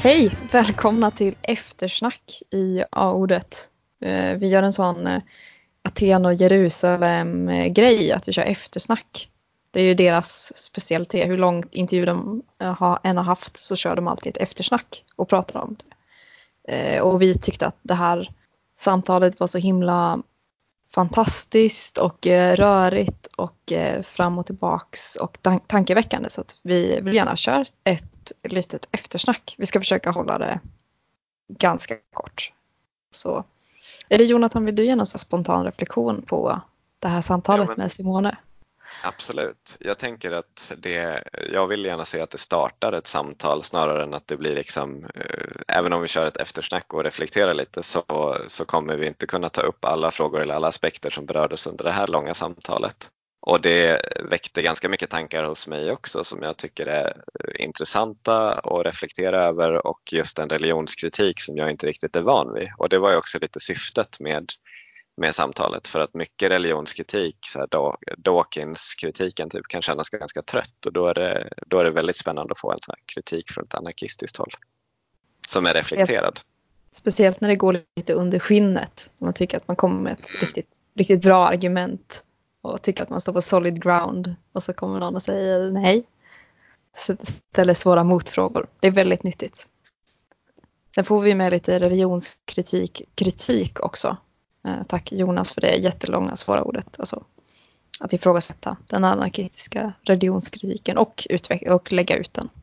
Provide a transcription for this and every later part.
Hej, välkomna till eftersnack i A-ordet. Vi gör en sån Aten och Jerusalem-grej, att vi kör eftersnack. Det är ju deras specialitet. Hur lång intervju de än har haft så kör de alltid ett eftersnack och pratar om det. Och vi tyckte att det här samtalet var så himla fantastiskt och rörigt och fram och tillbaks och tankeväckande, så att vi vill gärna köra ett litet eftersnack. Vi ska försöka hålla det ganska kort. Så är det Jonathan, vill du ge någon spontan reflektion på det här samtalet med Simone? Absolut. Jag tänker att jag vill gärna se att det startar ett samtal snarare än att det blir liksom, även om vi kör ett eftersnack och reflekterar lite så kommer vi inte kunna ta upp alla frågor eller alla aspekter som berördes under det här långa samtalet. Och det väckte ganska mycket tankar hos mig också som jag tycker är intressanta att reflektera över, och just en religionskritik som jag inte riktigt är van vid. Och det var ju också lite syftet med samtalet, för att mycket religionskritik, så här Dawkins-kritiken typ, kan kännas ganska trött, och då är det väldigt spännande att få en sån här kritik från ett anarkistiskt håll som är reflekterad. Speciellt när det går lite under skinnet. Man tycker att man kommer med ett riktigt bra argument och tycker att man står på solid ground, och så kommer någon och säger nej. Ställer svåra motfrågor. Det är väldigt nyttigt. Sen får vi med lite religionskritik också. Tack Jonas för det jättelånga svåra ordet. Alltså, att ifrågasätta den anarkistiska religionskritiken och lägga ut den.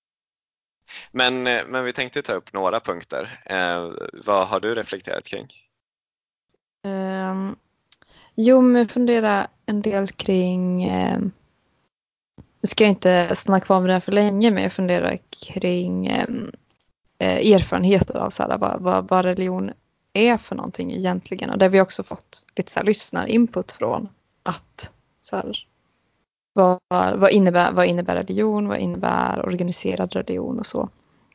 Men vi tänkte ta upp några punkter. Vad har du reflekterat kring? Men jag funderar en del kring... Nu ska jag inte stanna kvar med det här för länge, men jag funderar kring erfarenheter av så här, vad religion är för någonting egentligen. Och där vi också fått lite så här lyssnarinput från att så här, vad innebär religion, vad innebär organiserad religion och så.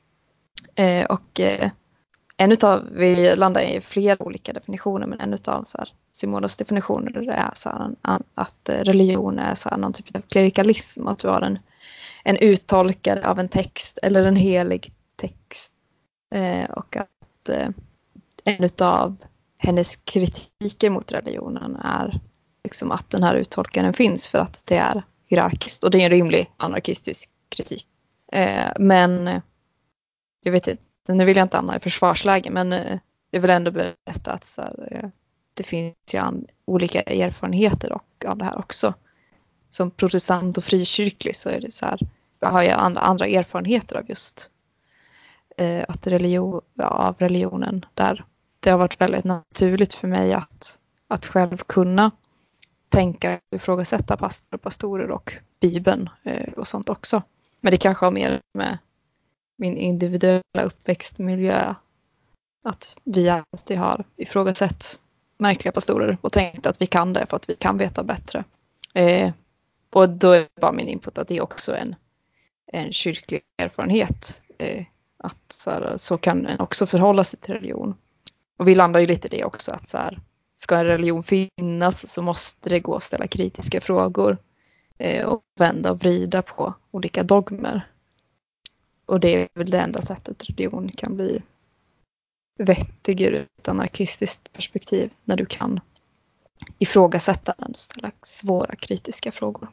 Vi landar i flera olika definitioner, men en av så här Simonas definitioner är så här, att religion är så här någon typ av klerikalism, att du har en uttolkare av en text eller en helig text, och att en av hennes kritiker mot religionen är liksom att den här uttolkaren finns för att det är hierarkiskt, och det är en rimlig anarkistisk kritik. Men jag vet inte, nu vill jag inte hamna i försvarsläge, men jag vill ändå berätta att så här, det finns ju olika erfarenheter av det här också. Som protestant och frikyrklig så är det så här, jag har ju andra erfarenheter av just att av religionen, där det har varit väldigt naturligt för mig att själv kunna tänka, ifrågasätta pastorer och Bibeln och sånt också. Men det kanske har mer med min individuella uppväxtmiljö, att vi alltid har ifrågasatt märkliga pastorer och tänkt att vi kan det för att vi kan veta bättre. Och då är bara min input att det är också en kyrklig erfarenhet, att så kan en också förhålla sig till religion. Och vi landar ju lite i det också, att så här, ska en religion finnas så måste det gå att ställa kritiska frågor och vända och vrida på olika dogmer. Och det är väl det enda sättet religion kan bli vettig ur ett anarkistiskt perspektiv, när du kan ifrågasätta den och ställa svåra kritiska frågor.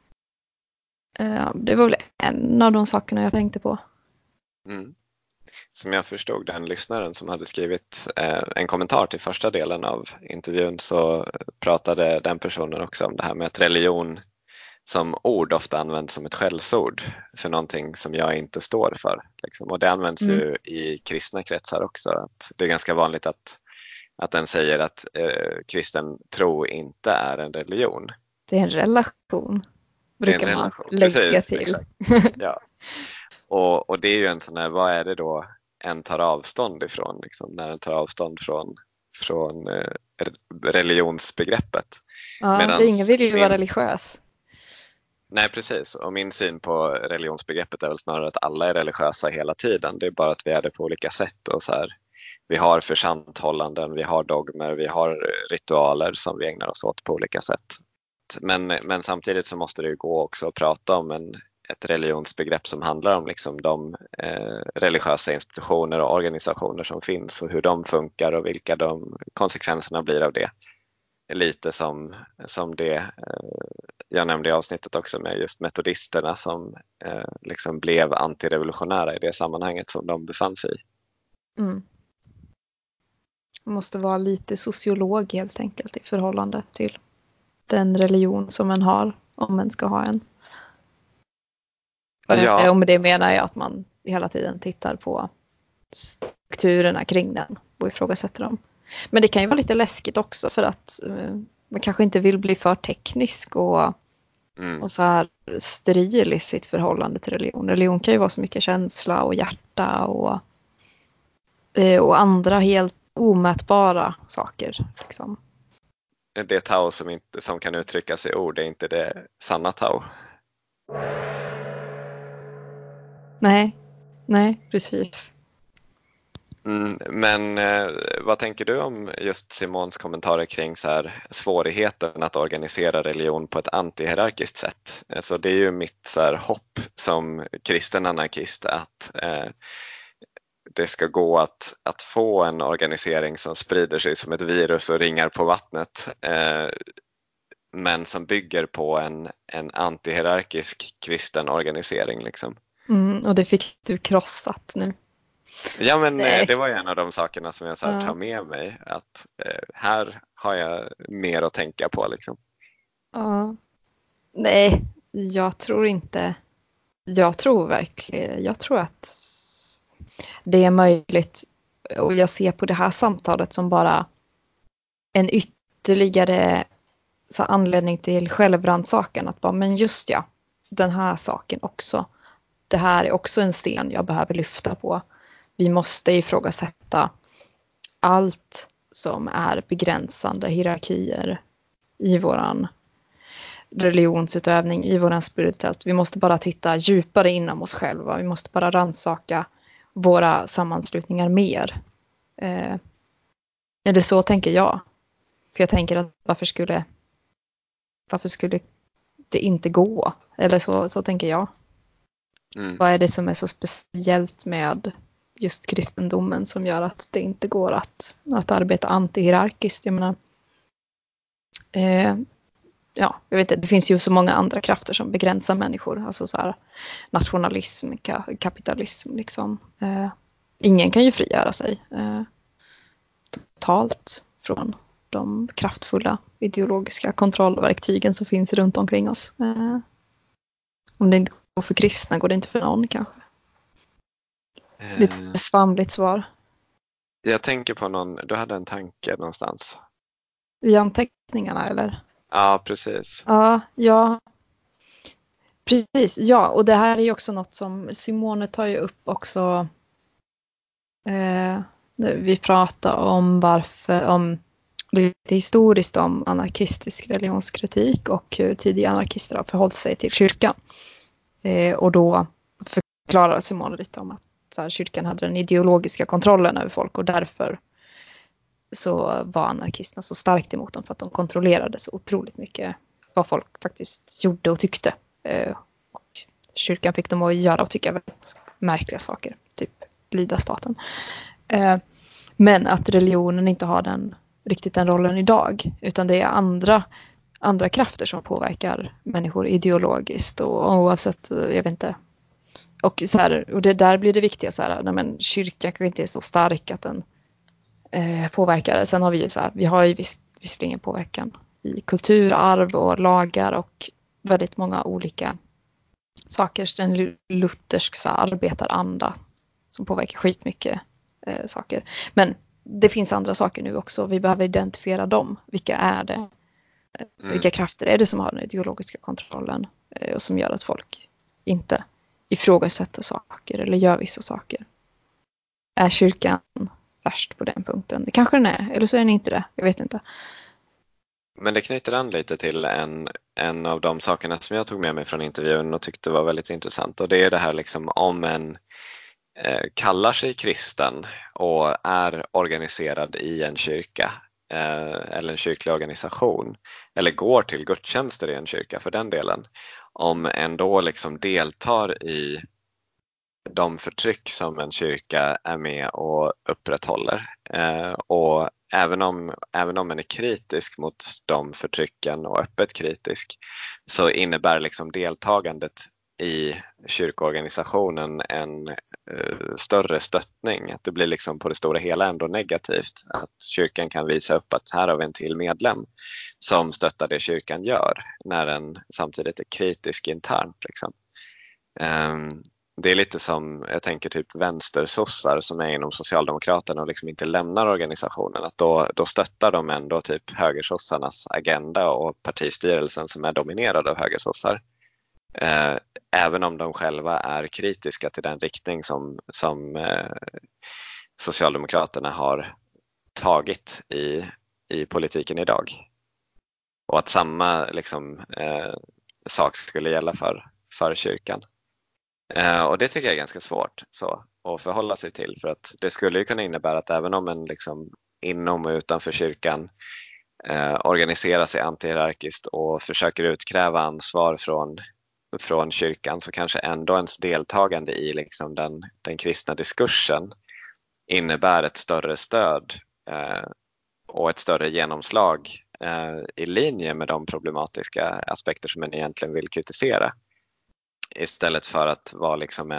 Det var väl en av de sakerna jag tänkte på. Som jag förstod den lyssnaren som hade skrivit en kommentar till första delen av intervjun, så pratade den personen också om det här med att religion som ord ofta används som ett skällsord för någonting som jag inte står för. Liksom. Och det används ju i kristna kretsar också. Att det är ganska vanligt att den säger att kristen tro inte är en religion. Det är en relation, brukar man lägga precis, till. Exakt. Ja. Och det är ju en sån här, vad är det då en tar avstånd ifrån? Liksom, när en tar avstånd från religionsbegreppet. Ja, ingen vill ju vara religiös. Nej, precis. Och min syn på religionsbegreppet är väl snarare att alla är religiösa hela tiden. Det är bara att vi är det på olika sätt. Och så här, vi har församthållanden, vi har dogmer, vi har ritualer som vi ägnar oss åt på olika sätt. Men samtidigt så måste det ju gå också att prata om ett religionsbegrepp som handlar om liksom de religiösa institutioner och organisationer som finns och hur de funkar och vilka de konsekvenserna blir av det. Lite som det jag nämnde i avsnittet också med just metodisterna som liksom blev antirevolutionära i det sammanhanget som de befann sig i. Mm. Man måste vara lite sociolog helt enkelt i förhållande till den religion som man har, om man ska ha en. Ja. Och med det menar jag att man hela tiden tittar på strukturerna kring den och ifrågasätter dem. Men det kan ju vara lite läskigt också för att man kanske inte vill bli för teknisk och så här steril i sitt förhållande till religion. Religion kan ju vara så mycket känsla och hjärta och andra helt omätbara saker. Liksom. Det Tao som kan uttryckas i ord är inte det sanna Tao. Nej, precis. Men vad tänker du om just Simons kommentarer kring så här, svårigheten att organisera religion på ett antihierarkiskt sätt? Alltså det är ju mitt så här, hopp som kristen anarkist att det ska gå att få en organisering som sprider sig som ett virus och ringar på vattnet, men som bygger på en antihierarkisk kristen organisering. Liksom. Och det fick du krossat nu. Ja, men det var ju en av de sakerna som jag så här tar med mig, att här har jag mer att tänka på. Liksom. Ja. Nej, jag tror inte. Jag tror att det är möjligt. Och jag ser på det här samtalet som bara en ytterligare så anledning till självrannsakan. Att bara, men just ja, den här saken också. Det här är också en sten jag behöver lyfta på. Vi måste ifrågasätta allt som är begränsande hierarkier i våran religionsutövning, i våran spiritualitet. Vi måste bara titta djupare inom oss själva. Vi måste bara rannsaka våra sammanslutningar mer. Eller så tänker jag. För jag tänker att varför skulle det inte gå? Eller så tänker jag. Vad är det som är så speciellt med just kristendomen som gör att det inte går att arbeta antihierarkiskt? Jag menar, jag vet inte, det finns ju så många andra krafter som begränsar människor. Alltså så här, nationalism, kapitalism liksom. Ingen kan ju frigöra sig totalt från de kraftfulla ideologiska kontrollverktygen som finns runt omkring oss. Om det inte går för kristna går det inte för någon kanske. Lite svamligt svar. Jag tänker på du hade en tanke någonstans. I anteckningarna eller? Ja, precis. Ja. Precis, ja. Och det här är ju också något som Simone tar ju upp också. Vi pratar om lite historiskt om anarkistisk religionskritik och hur tidiga anarkister har förhållit sig till kyrkan. Och då förklarar Simone lite om att så här, kyrkan hade den ideologiska kontrollen över folk och därför så var anarkisterna så starkt emot dem för att de kontrollerade så otroligt mycket vad folk faktiskt gjorde och tyckte. Och kyrkan fick dem att göra och tycka väldigt märkliga saker, typ lyda staten. Men att religionen inte har riktigt den rollen idag, utan det är andra krafter som påverkar människor ideologiskt och oavsett, jag vet inte. Och, så här, och det där blir det viktiga, så här, men kyrkan kanske inte är så stark att den påverkar. Sen har vi ju så här, vi har ju visserligen påverkan i kulturarv och lagar och väldigt många olika saker. Den luthersk så här, arbetaranda som påverkar skitmycket saker. Men det finns andra saker nu också. Vi behöver identifiera dem. Vilka är det? Vilka krafter är det som har den ideologiska kontrollen och som gör att folk inte ifrågasätter saker eller gör vissa saker? Är kyrkan värst på den punkten? Det kanske den är, eller så är den inte det. Jag vet inte. Men det knyter an lite till en av de sakerna som jag tog med mig från intervjun och tyckte var väldigt intressant. Och det är det här liksom om en kallar sig kristen och är organiserad i en kyrka eller en kyrklig organisation eller går till gudstjänster i en kyrka för den delen, om en då liksom deltar i de förtryck som en kyrka är med och upprätthåller. Och även om en är kritisk mot de förtrycken och öppet kritisk, så innebär liksom deltagandet i kyrkoorganisationen en större stöttning. Att det blir liksom på det stora hela ändå negativt. Att kyrkan kan visa upp att här har vi en till medlem som stöttar det kyrkan gör, när den samtidigt är kritisk internt. Liksom. Det är lite som, jag tänker typ vänstersossar som är inom Socialdemokraterna och liksom inte lämnar organisationen. Att då stöttar de ändå typ högersossarnas agenda och partistyrelsen som är dominerad av högersossar. Även om de själva är kritiska till den riktning som Socialdemokraterna har tagit i politiken idag. Och att samma liksom, sak skulle gälla för kyrkan. Och det tycker jag är ganska svårt så, att förhålla sig till, för att det skulle ju kunna innebära att även om en liksom, inom och utanför kyrkan organiserar sig antihierarkiskt och försöker utkräva ansvar från kyrkan, så kanske ändå ens deltagande i liksom den kristna diskursen innebär ett större stöd och ett större genomslag i linje med de problematiska aspekter som man egentligen vill kritisera. Istället för att vara liksom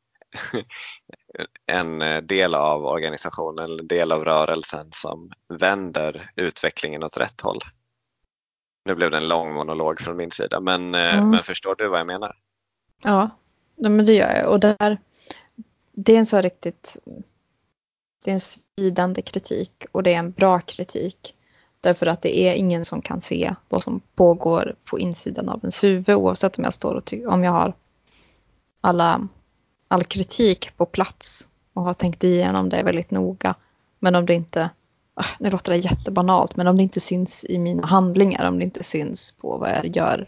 en del av organisationen eller del av rörelsen som vänder utvecklingen åt rätt håll. Nu blev det en lång monolog från min sida, men förstår du vad jag menar? Ja, men det gör jag. Och det är en så riktigt, det är en svidande kritik och det är en bra kritik. Därför att det är ingen som kan se vad som pågår på insidan av ens huvud, oavsett om jag står och om jag har all kritik på plats och har tänkt igenom det väldigt noga. Men om det inte, nu låter det jättebanalt, men om det inte syns i mina handlingar, om det inte syns på vad jag gör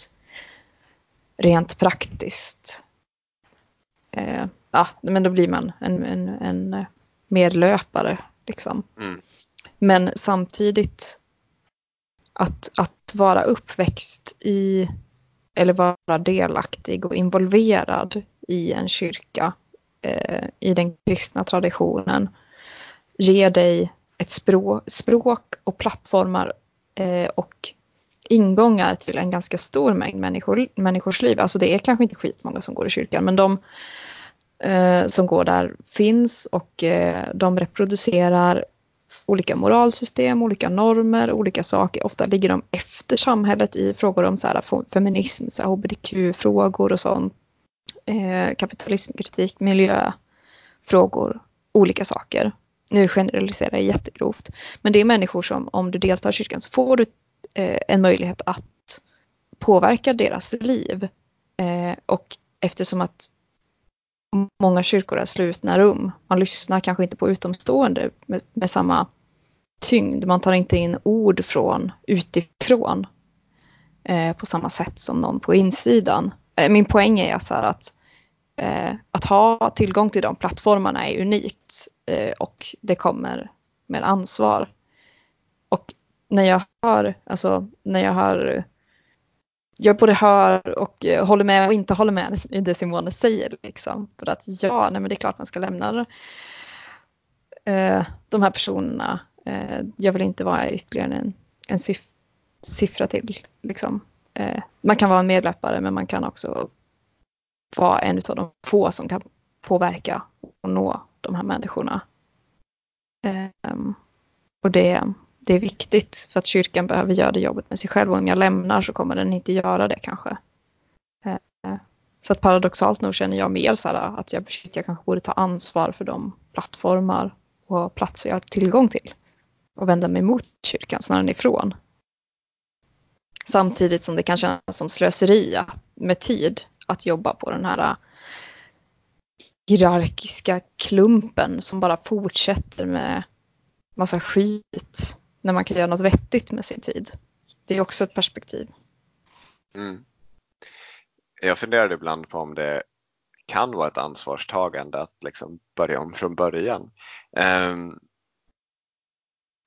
rent praktiskt. Men då blir man en medlöpare liksom. Men samtidigt att vara uppväxt i, eller vara delaktig och involverad i en kyrka, i den kristna traditionen, ger dig ett språk och plattformar och ingångar till en ganska stor mängd människors liv. Alltså det är kanske inte skitmånga som går i kyrkan, men de som går där finns, och de reproducerar olika moralsystem, olika normer, olika saker. Ofta ligger de efter samhället i frågor om så här, feminism, så här, hbtq-frågor och sånt. Kapitalismkritik, miljöfrågor, olika saker. Nu generaliserar jag jättegrovt. Men det är människor som, om du deltar i kyrkan, så får du en möjlighet att påverka deras liv. Och eftersom att många kyrkor är slutna rum, man lyssnar kanske inte på utomstående med samma tyngd. Man tar inte in ord från utifrån på samma sätt som någon på insidan. Min poäng är så här att ha tillgång till de plattformarna är unikt, och det kommer med ansvar. Och jag både hör och håller med och inte håller med i det Simone säger. Liksom. För att men det är klart man ska lämna de här personerna. Jag vill inte vara ytterligare en siffra till. Liksom. Man kan vara en medlöpare, men man kan också vara en av de få som kan påverka och nå de här människorna. Och det är viktigt, för att kyrkan behöver göra det jobbet med sig själv. Och om jag lämnar så kommer den inte göra det kanske. Så att paradoxalt nog känner jag mer så här att jag kanske borde ta ansvar för de plattformar och platser jag har tillgång till. Och vända mig mot kyrkan snarare än ifrån. Samtidigt som det kan kännas som slöseri med tid att jobba på den här hierarkiska klumpen som bara fortsätter med massa skit när man kan göra något vettigt med sin tid. Det är också ett perspektiv. Jag funderar ibland på om det kan vara ett ansvarstagande att liksom börja om från början.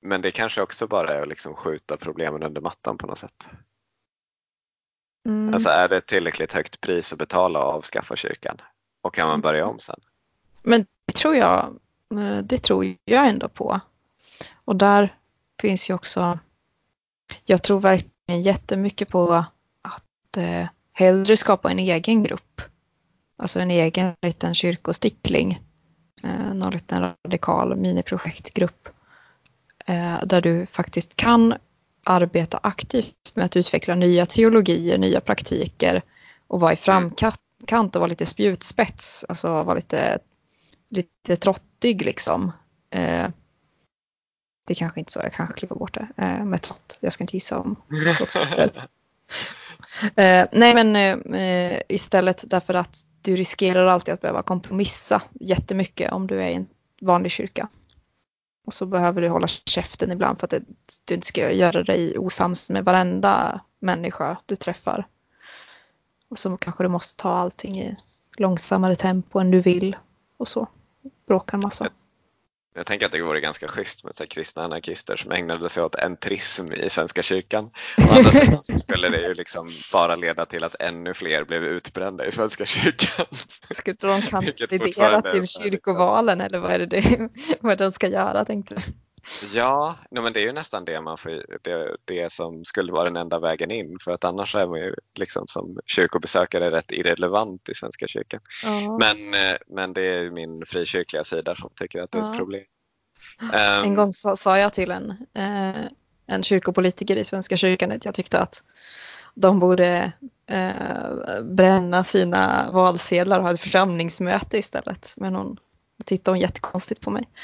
Men det kanske också bara är att liksom skjuta problemen under mattan på något sätt. Alltså är det ett tillräckligt högt pris att betala och avskaffa kyrkan? Och kan man börja om sen? Men det tror jag ändå på. Och där finns ju också, jag tror verkligen jättemycket på att hellre skapa en egen grupp. Alltså en egen liten kyrkostickling. Någon liten radikal miniprojektgrupp. Där du faktiskt kan arbeta aktivt med att utveckla nya teologier, nya praktiker. Och vara i framkant och vara lite spjutspets. Alltså vara lite trottig liksom. Det är kanske inte så, jag kanske klipper bort det med trott. Jag ska inte gissa om trottskissel. Nej men istället därför att du riskerar alltid att behöva kompromissa jättemycket om du är i en vanlig kyrka. Och så behöver du hålla käften ibland för att du inte ska göra dig osams med varenda människa du träffar. Och så kanske du måste ta allting i långsammare tempo än du vill. Och så bråkar massa. Jag tänker att det vore ganska schysst med så här kristna anarkister som ägnade sig åt entrism i Svenska kyrkan. Å andra sidan så skulle det ju liksom bara leda till att ännu fler blev utbrända i Svenska kyrkan. Skulle de kandidera till kyrkovalen eller vad är det vad de ska göra, tänkte du? Ja, men det är ju nästan det det som skulle vara den enda vägen in, för att annars är man ju liksom som kyrkobesökare rätt irrelevant i Svenska kyrkan. Ja. Men det är min frikyrkliga sida som tycker att det är ett problem. En gång sa jag till en kyrkopolitiker i Svenska kyrkan att jag tyckte att de borde bränna sina valsedlar och ha ett församlingsmöte istället. Men hon tittade jättekonstigt på mig.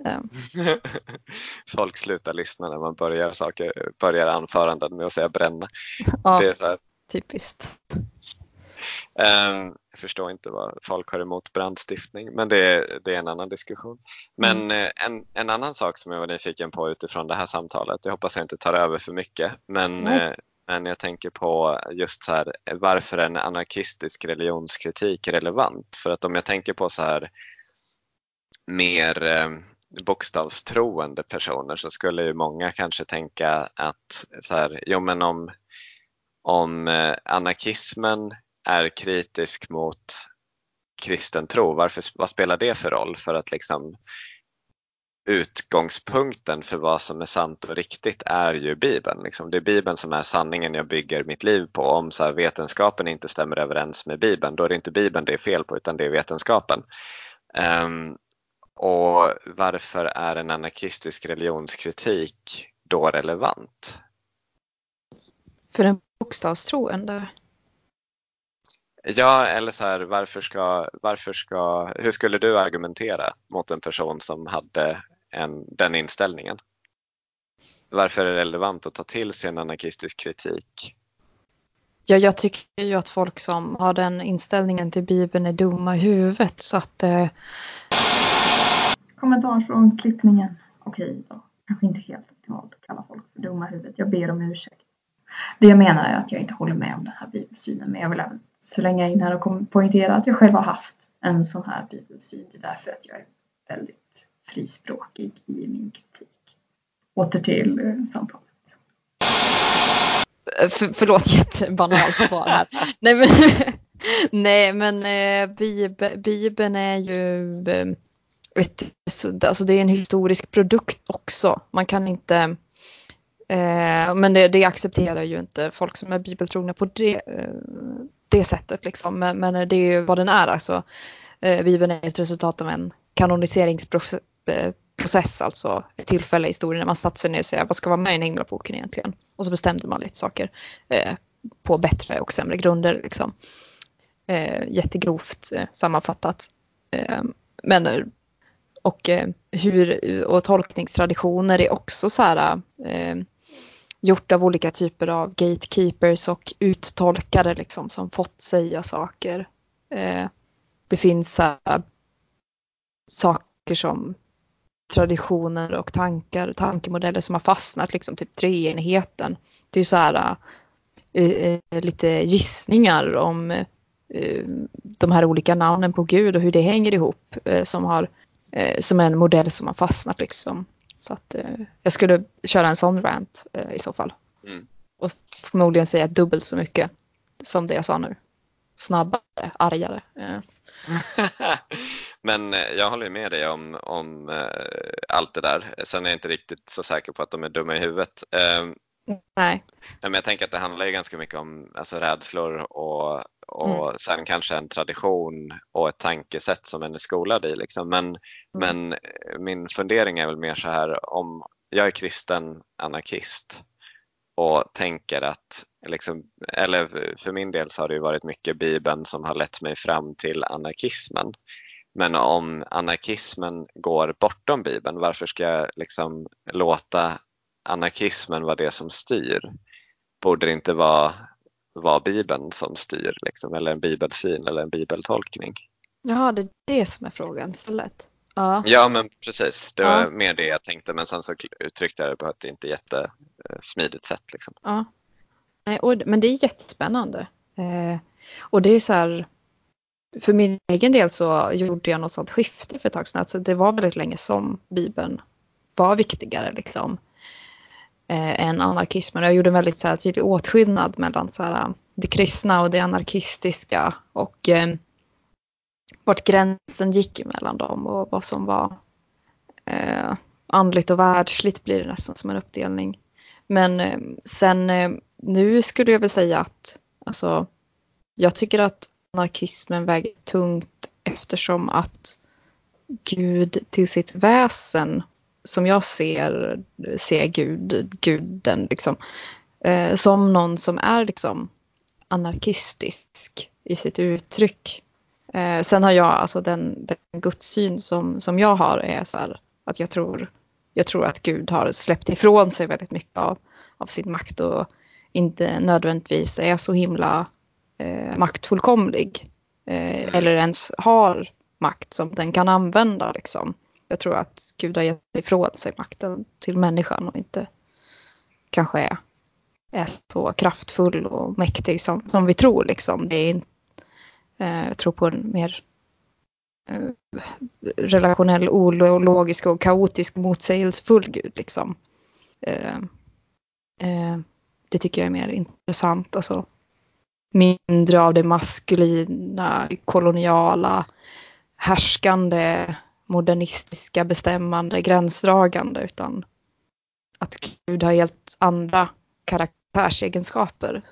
Folk slutar lyssna när man börjar anföranden med att säga bränna. Ja, det är så här. Typiskt. Jag förstår inte vad folk har emot brandstiftning, men det är en annan diskussion. Men en annan sak som jag var nyfiken på utifrån det här samtalet, jag hoppas jag inte tar över för mycket, men jag tänker på just så här, varför en anarkistisk religionskritik är relevant. För att om jag tänker på så här mer bokstavstroende personer, så skulle ju många kanske tänka att så här, jo men om anarkismen är kritisk mot kristen tro, vad spelar det för roll? För att liksom utgångspunkten för vad som är sant och riktigt är ju Bibeln. Liksom. Det är Bibeln som är sanningen jag bygger mitt liv på. Om så här, vetenskapen inte stämmer överens med Bibeln, då är det inte Bibeln det är fel på, utan det är vetenskapen. Och varför är en anarkistisk religionskritik då relevant? För en bokstavstroende? Ja, eller så här, hur skulle du argumentera mot en person som hade den inställningen? Varför är det relevant att ta till sig en anarkistisk kritik? Ja, jag tycker ju att folk som har den inställningen till Bibeln är dumma i huvudet, så att... Kommentar från klippningen. Okej då. Kanske inte helt optimalt att kalla folk för dumma i huvudet. Jag ber om ursäkt. Det jag menar är att jag inte håller med om den här bibelsynen. Men jag vill även slänga in här och poängtera att jag själv har haft en sån här bibelsyn. Det är därför att jag är väldigt frispråkig i min kritik. Åter till samtalet. Förlåt, jättebanalt svar här. Nej men Bibeln är ju alltså det är en historisk produkt också. Man kan inte men det accepterar ju inte folk som är bibeltrogna på det sättet liksom. Men det är ju vad den är, alltså. Bibeln är ett resultat av en kanoniseringsprocess, alltså ett tillfälle i historien när man satt sig ner och säger vad ska vara med i den himlaboken egentligen. Och så bestämde man lite saker på bättre och sämre grunder liksom. Jättegrovt sammanfattat. Men och tolkningstraditioner är också så här gjort av olika typer av gatekeepers och uttolkare liksom, som fått säga saker. Det finns saker som traditioner och tankemodeller som har fastnat, liksom typ treenigheten. Det är så här lite gissningar om de här olika namnen på Gud och hur det hänger ihop, som är en modell som har fastnat liksom Så att jag skulle köra en sån rant i så fall. Mm. Och förmodligen säga dubbelt så mycket som det jag sa nu. Snabbare, argare. Men jag håller med dig om allt det där. Sen är jag inte riktigt så säker på att de är dumma i huvudet. Nej. Men jag tänker att det handlar ju ganska mycket om alltså, rädslor och sen kanske en tradition och ett tankesätt som en är skolad i. Liksom. Men min fundering är väl mer så här, om jag är kristen anarkist och tänker att, liksom, eller för min del så har det ju varit mycket Bibeln som har lett mig fram till anarkismen. Men om anarkismen går bortom Bibeln, varför ska jag liksom låta anarkismen vara det som styr? Borde det inte vara Bibeln som styr, liksom, eller en bibelsyn eller en bibeltolkning? Ja, det är det som är frågan istället. Ja, Ja, men precis. Det var Ja. mer det jag tänkte, men sen så uttryckte jag det på ett inte jättesmidigt sätt. Liksom. Ja. Nej, men det är jättespännande. Och det är så här, för min egen del så gjorde jag något sånt skifte för ett tag sedan. Alltså det var väldigt länge som Bibeln var viktigare liksom, än anarkismen. Jag gjorde en väldigt så här, tydlig åtskillnad mellan så här, det kristna och det anarkistiska. Och vart gränsen gick mellan dem och vad som var andligt och världsligt blir det nästan som en uppdelning. Men sen nu skulle jag väl säga att alltså, jag tycker att anarkismen väger tungt eftersom att Gud till sitt väsen som jag ser guden liksom, som någon som är liksom anarkistisk i sitt uttryck. Sen har jag alltså den gudssyn som jag har är så här att jag tror att Gud har släppt ifrån sig väldigt mycket av sin makt och inte nödvändigtvis är så himla maktfullkomlig eller ens har makt som den kan använda liksom. Jag tror att Gud har gett ifrån sig makten till människan och inte kanske är så kraftfull och mäktig som vi tror liksom. Det är jag tror på en mer relationell, ologisk och kaotisk motsägelsefull Gud liksom. Det tycker jag är mer intressant. Alltså, mindre av det maskulina, koloniala, härskande, modernistiska, bestämmande, gränsdragande, utan att Gud har helt andra karaktärsegenskaper.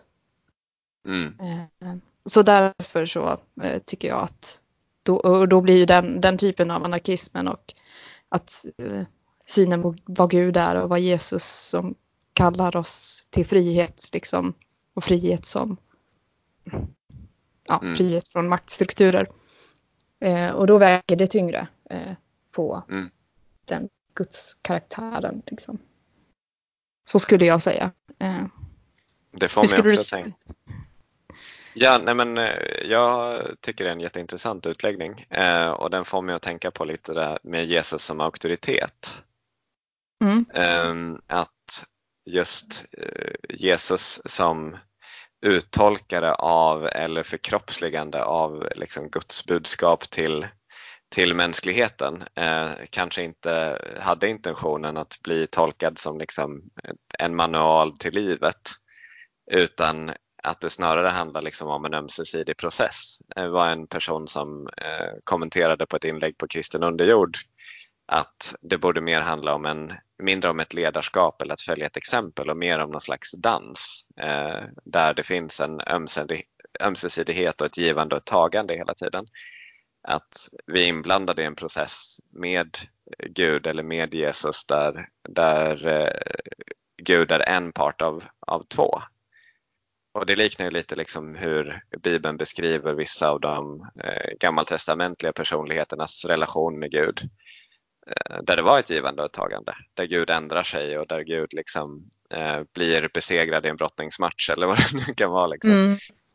Så därför så tycker jag att då blir ju den typen av anarkismen och att synen på vad Gud är och vad Jesus som kallar oss till frihet liksom, och frihet som frihet från maktstrukturer. Och då väger det tyngre på den Guds karaktären liksom. Så skulle jag säga. Det får mig också tänka. Ja, nej men jag tycker det är en jätteintressant utläggning och den får mig att tänka på lite där med Jesus som auktoritet. Att just Jesus som uttolkare av eller förkroppsligande av liksom Guds budskap till mänskligheten kanske inte hade intentionen att bli tolkad som liksom en manual till livet, utan att det snarare handlar liksom om en ömsesidig process. Det var en person som kommenterade på ett inlägg på Kristen Underjord att det borde mer handla om mindre om ett ledarskap eller att följa ett exempel och mer om någon slags dans där det finns en ömsesidighet och ett givande och ett tagande hela tiden. Att vi är inblandade i en process med Gud eller med Jesus där Gud är en part av två. Och det liknar ju lite liksom hur Bibeln beskriver vissa av de gammaltestamentliga personligheternas relation med Gud. Där det var ett givande och ett tagande. Där Gud ändrar sig och där Gud liksom blir besegrad i en brottningsmatch eller vad det nu kan vara. Liksom.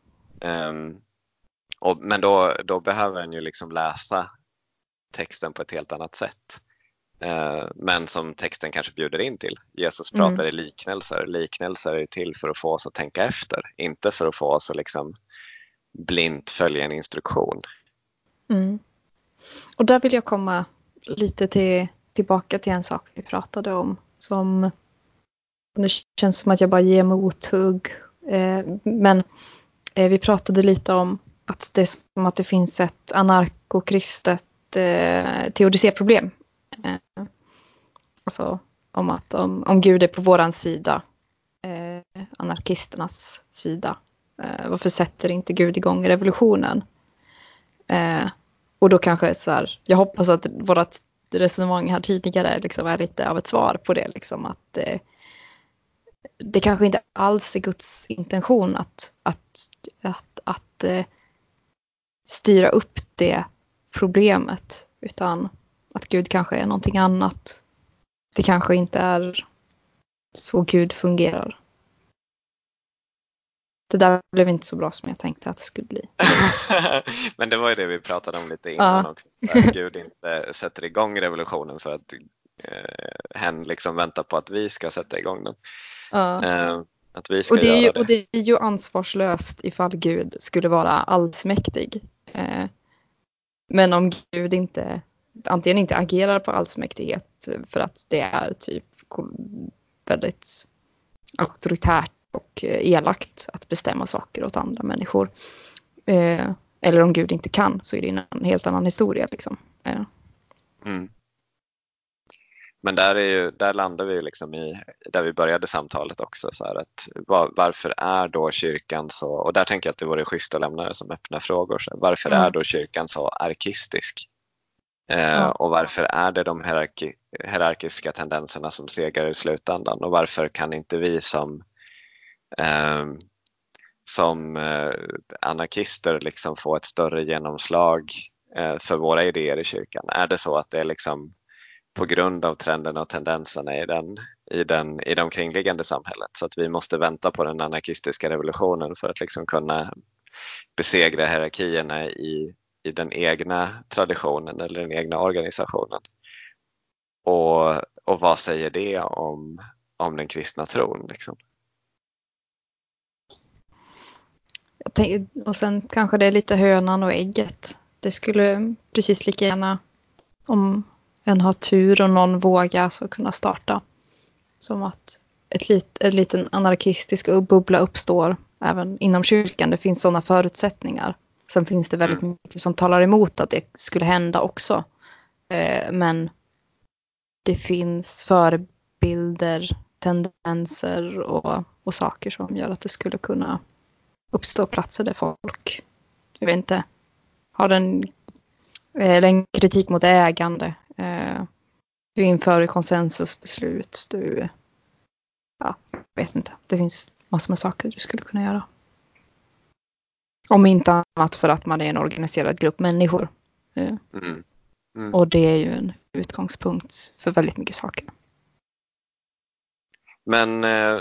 Men då behöver en ju liksom läsa texten på ett helt annat sätt. Men som texten kanske bjuder in till. Jesus pratar i liknelser. Liknelser är till för att få oss att tänka efter. Inte för att få oss att liksom blint följa en instruktion. Och där vill jag komma lite tillbaka till en sak vi pratade om. Som det känns som att jag bara ger mothugg. Men vi pratade lite om att det är som att det finns ett anarkokristet teodicéproblem. Alltså om att om Gud är på våran sida, anarkisternas sida, varför sätter inte Gud igång revolutionen? Och då kanske så här, jag hoppas att vårt resonemang här tidigare liksom är lite av ett svar på det. Liksom, att det kanske inte alls är Guds intention att styra upp det problemet, utan att Gud kanske är någonting annat. Det kanske inte är så Gud fungerar. Det där blev inte så bra som jag tänkte att det skulle bli. Men det var ju det vi pratade om lite innan också. Att Gud inte sätter igång revolutionen för att hen liksom väntar på att vi ska sätta igång den. Att vi ska göra det. Och det är ju ansvarslöst ifall Gud skulle vara allsmäktig. Men om Gud antingen inte agerar på allsmäktighet för att det är typ väldigt auktoritärt och elakt att bestämma saker åt andra människor. Eller om Gud inte kan, så är det en helt annan historia. Liksom. Men där landar vi liksom i där vi började samtalet också. Så här att, varför är då kyrkan så, och där tänker jag att det vore schysst att lämna det som öppna frågor. Så varför är då kyrkan så arkistisk? Och varför är det de hierarkiska tendenserna som segrar i slutändan? Och varför kan inte vi som anarkister liksom få ett större genomslag för våra idéer i kyrkan? Är det så att det är liksom på grund av trenderna och tendenserna i det omkringliggande samhället, så att vi måste vänta på den anarkistiska revolutionen för att liksom kunna besegra hierarkierna i den egna traditionen eller den egna organisationen? Och vad säger det om den kristna tron liksom? Och sen kanske det är lite hönan och ägget. Det skulle precis lika gärna, om en har tur och någon vågar, så kunna starta. Som att en liten anarkistisk bubbla uppstår även inom kyrkan. Det finns sådana förutsättningar. Sen finns det väldigt mycket som talar emot att det skulle hända också. Men det finns förebilder, tendenser och saker som gör att det skulle kunna uppstå platser där folk, jag vet inte, har en kritik mot ägande. Du inför konsensusbeslut. Jag vet inte. Det finns massor med saker du skulle kunna göra. Om inte annat för att man är en organiserad grupp människor. Och det är ju en utgångspunkt för väldigt mycket saker. Men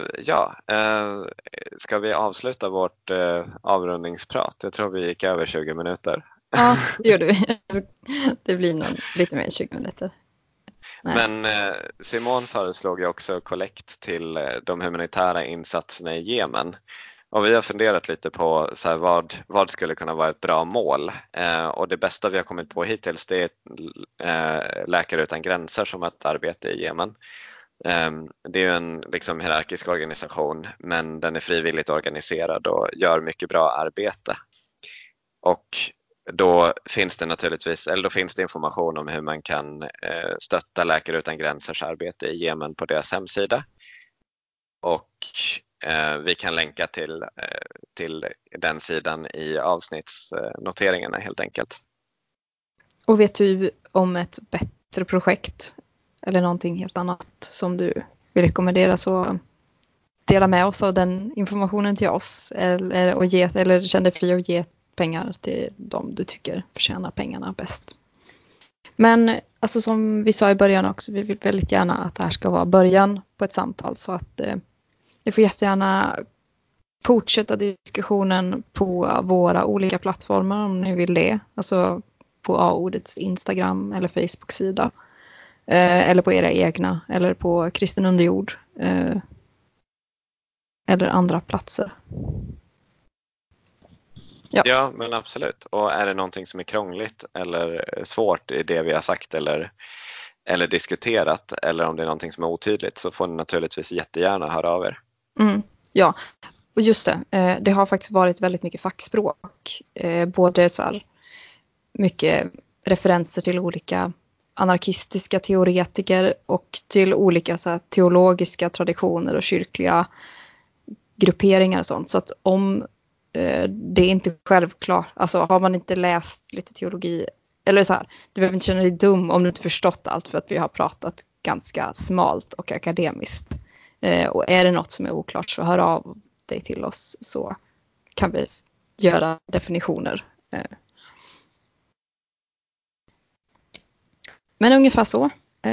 ska vi avsluta vårt avrundningsprat? Jag tror vi gick över 20 minuter. Ja, det gör du. Det blir nog lite mer än 20 minuter. Nej. Men Simon föreslog ju också kollekt till de humanitära insatserna i Jemen. Och vi har funderat lite på så här, vad skulle kunna vara ett bra mål. Och det bästa vi har kommit på hittills, det är Läkare utan gränser som ett arbete i Jemen. Det är ju en liksom hierarkisk organisation, men den är frivilligt organiserad och gör mycket bra arbete. Och då finns det naturligtvis, eller då finns det information om hur man kan stötta Läkare utan gränsers arbete i Jemen på deras hemsida. Och vi kan länka till den sidan i avsnittsnoteringarna helt enkelt. Och vet du om ett bättre projekt eller någonting helt annat som du vill rekommendera, så dela med oss av den informationen till oss, eller känn dig fri att ge pengar till dem du tycker förtjänar pengarna bäst. Men alltså, som vi sa i början också, vi vill väldigt gärna att det här ska vara början på ett samtal, så att ni får jättegärna fortsätta diskussionen på våra olika plattformar om ni vill det. Alltså på A-ordets Instagram eller Facebook-sida. Eller på era egna. Eller på Kristen under jord. Eller andra platser. Ja, men absolut. Och är det någonting som är krångligt eller svårt i det vi har sagt, eller eller diskuterat, eller om det är någonting som är otydligt, så får ni naturligtvis jättegärna höra av er. Ja, och just det. Det har faktiskt varit väldigt mycket fackspråk. Både så här mycket referenser till olika anarkistiska teoretiker och till olika så här teologiska traditioner och kyrkliga grupperingar och sånt. Så att om det är inte självklart, alltså har man inte läst lite teologi, eller så här, du behöver inte känna dig dum om du inte förstått allt, för att vi har pratat ganska smalt och akademiskt. Och är det något som är oklart, så hör av dig till oss, så kan vi göra definitioner. Men ungefär så.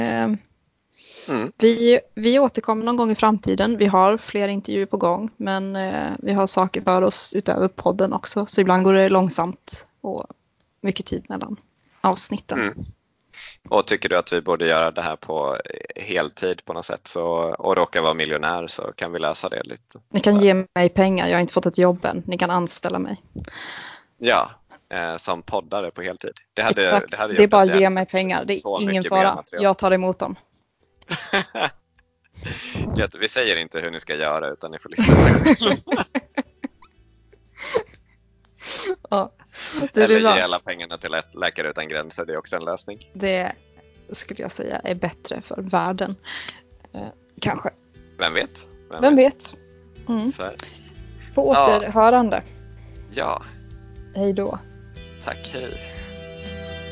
Vi återkommer någon gång i framtiden. Vi har fler intervjuer på gång, men vi har saker för oss utöver podden också. Så ibland går det långsamt och mycket tid mellan avsnitten. Och tycker du att vi borde göra det här på heltid på något sätt, så, och råkar vara miljonär, så kan vi läsa det lite. Ni kan ge mig pengar, jag har inte fått ett jobb än. Ni kan anställa mig. Ja, som poddare på heltid. Exakt, det är bara att ge mig pengar. Det är ingen fara. Jag tar emot dem. Vi säger inte hur ni ska göra, utan ni får lyssna på. Ja, eller ge alla pengarna till Läkare utan gränser, det är också en lösning. Det skulle jag säga är bättre för världen. Kanske. Vem vet? Vem vet? På återhörande. Ja. Hej då. Tack, hej.